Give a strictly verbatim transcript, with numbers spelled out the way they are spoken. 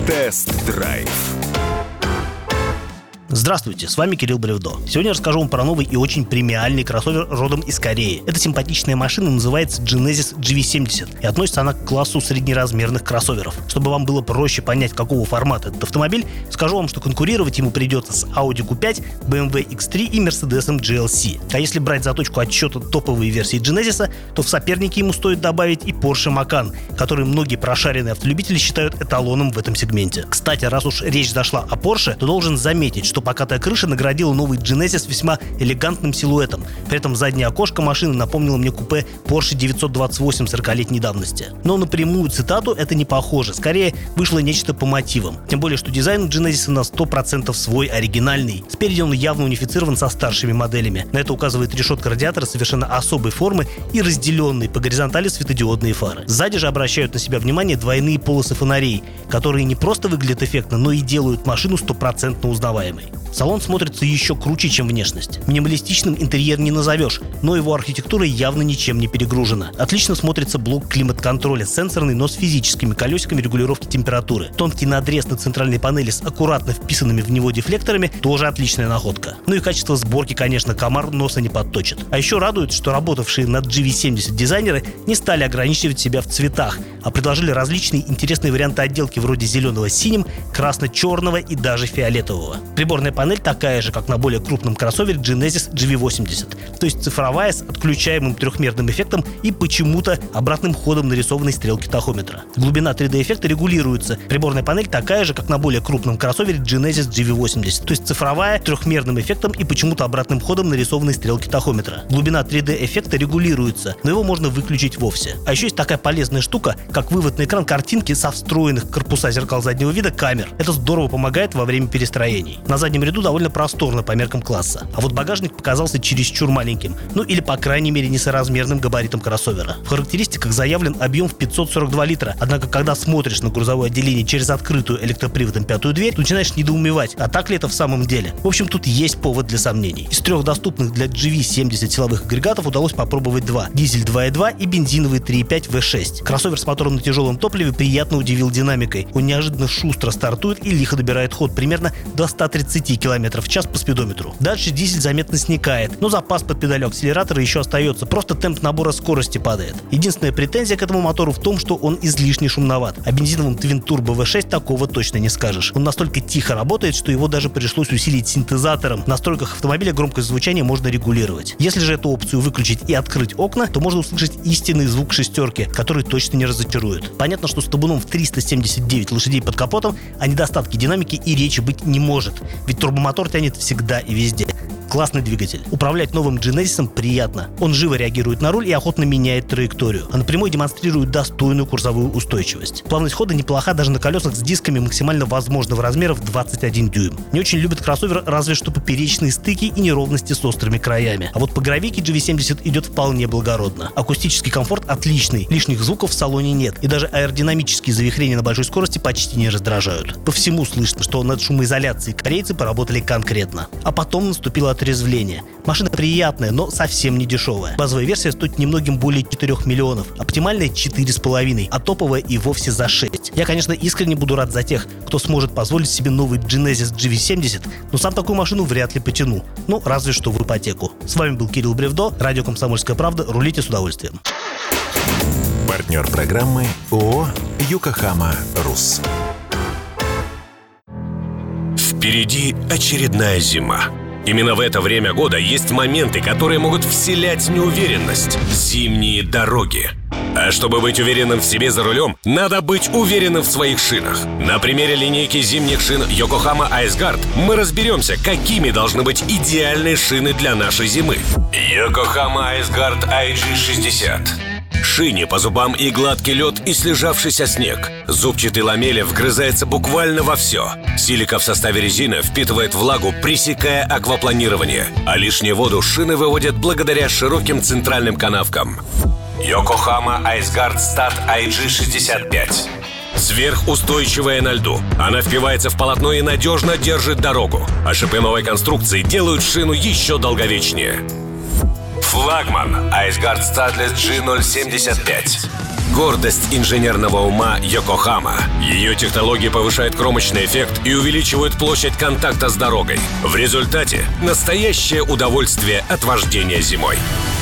Тест-драйв. Здравствуйте, с вами Кирилл Бревдо. Сегодня я расскажу вам про новый и очень премиальный кроссовер родом из Кореи. Эта симпатичная машина называется Genesis джи ви семьдесят, и относится она к классу среднеразмерных кроссоверов. Чтобы вам было проще понять, какого формата этот автомобиль, скажу вам, что конкурировать ему придется с Audi кью пять, би эм дабл ю икс три и Mercedes джи эл си. А если брать за точку отсчета топовые версии Genesis, то в соперники ему стоит добавить и Porsche Macan, который многие прошаренные автолюбители считают эталоном в этом сегменте. Кстати, раз уж речь зашла о Porsche, то должен заметить, что покатая крыша наградила новый Genesis весьма элегантным силуэтом. При этом заднее окошко машины напомнило мне купе Porsche девятьсот двадцать восемь сорокалетней давности. Но на прямую цитату это не похоже. Скорее, вышло нечто по мотивам. Тем более, что дизайн у Genesis на сто процентов свой, оригинальный. Спереди он явно унифицирован со старшими моделями. На это указывает решетка радиатора совершенно особой формы и разделенные по горизонтали светодиодные фары. Сзади же обращают на себя внимание двойные полосы фонарей, которые не просто выглядят эффектно, но и делают машину стопроцентно узнаваемой. Салон смотрится еще круче, чем внешность. Минималистичным интерьер не назовешь, но его архитектура явно ничем не перегружена. Отлично смотрится блок климат-контроля, сенсорный, но с физическими колесиками регулировки температуры. Тонкий надрез на центральной панели с аккуратно вписанными в него дефлекторами – тоже отличная находка. Ну и качество сборки, конечно, комар носа не подточит. А еще радует, что работавшие над джи ви семьдесят дизайнеры не стали ограничивать себя в цветах, а предложили различные интересные варианты отделки вроде зеленого с синим, красно-черного и даже фиолетового. Приборная панель такая же, как на более крупном кроссовере Genesis джи ви восемьдесят, то есть цифровая с отключаемым трехмерным эффектом и почему-то обратным ходом нарисованной стрелки тахометра. Глубина три дэ-эффекта регулируется. Приборная панель такая же, как на более крупном кроссовере Genesis джи ви восемьдесят, то есть цифровая, трехмерным эффектом и почему-то обратным ходом нарисованной стрелки тахометра. Глубина три дэ-эффекта регулируется, но его можно выключить вовсе. А еще есть такая полезная штука, как вывод на экран картинки со встроенных в корпуса зеркал заднего вида камер. Это здорово помогает во время перестроений. На заднем ряду довольно просторно по меркам класса. А вот багажник показался чересчур маленьким, ну или по крайней мере несоразмерным габаритом кроссовера. В характеристиках заявлен объем в пятьсот сорок два литра, однако когда смотришь на грузовое отделение через открытую электроприводом пятую дверь, то начинаешь недоумевать, а так ли это в самом деле? В общем, тут есть повод для сомнений. Из трех доступных для джи ви семьдесят силовых агрегатов удалось попробовать два: дизель два и два и бензиновый три и пять вэ шесть. Кроссовер с мотором на тяжелом топливе приятно удивил динамикой. Он неожиданно шустро стартует и лихо добирает ход примерно до ста тридцати километров в час по спидометру. Дальше дизель заметно сникает, но запас под педалью акселератора еще остается, просто темп набора скорости падает. Единственная претензия к этому мотору в том, что он излишне шумноват. О бензиновом Twin Turbo вэ шесть такого точно не скажешь. Он настолько тихо работает, что его даже пришлось усилить синтезатором. В настройках автомобиля громкость звучания можно регулировать. Если же эту опцию выключить и открыть окна, то можно услышать истинный звук шестерки, который точно не разочарует. Понятно, что с табуном в триста семьдесят девять лошадей под капотом о недостатке динамики и речи быть не может, ведь турбомотор тянет всегда и везде. Классный двигатель. Управлять новым Genesis приятно. Он живо реагирует на руль и охотно меняет траекторию, а напрямую демонстрирует достойную курсовую устойчивость. Плавность хода неплоха даже на колесах с дисками максимально возможного размера в двадцать один дюйм. Не очень любит кроссовер разве что поперечные стыки и неровности с острыми краями. А вот по гравийке джи ви семьдесят идет вполне благородно. Акустический комфорт отличный, лишних звуков в салоне нет, и даже аэродинамические завихрения на большой скорости почти не раздражают. По всему слышно, что над шумоизоляцией корейцы поработали конкретно. А потом наступило отрезвление. Машина приятная, но совсем не дешевая. Базовая версия стоит немногим более четырёх миллионов, оптимальная четыре с половиной, а топовая и вовсе за шесть. Я, конечно, искренне буду рад за тех, кто сможет позволить себе новый Genesis джи ви семьдесят, но сам такую машину вряд ли потяну. Ну, разве что в ипотеку. С вами был Кирилл Бревдо, радио «Комсомольская правда». Рулите с удовольствием. Партнер программы ООО «Йокохама Рус». Впереди очередная зима. Именно в это время года есть моменты, которые могут вселять неуверенность. Зимние дороги. А чтобы быть уверенным в себе за рулем, надо быть уверенным в своих шинах. На примере линейки зимних шин Yokohama Ice Guard мы разберемся, какими должны быть идеальные шины для нашей зимы. Yokohama Ice Guard ай джи шестьдесят. Шине по зубам и гладкий лед, и слежавшийся снег. Зубчатый ламеля вгрызается буквально во все. Силика в составе резины впитывает влагу, пресекая аквапланирование. А лишнюю воду шины выводят благодаря широким центральным канавкам. Yokohama Ice Guard Stat ай джи шестьдесят пять. Сверхустойчивая на льду. Она впивается в полотно и надежно держит дорогу. А шипы новой конструкции делают шину еще долговечнее. Флагман Ice Guard Stainless джи ноль семьдесят пять. Гордость инженерного ума Йокохама. Ее технологии повышают кромочный эффект и увеличивают площадь контакта с дорогой. В результате настоящее удовольствие от вождения зимой.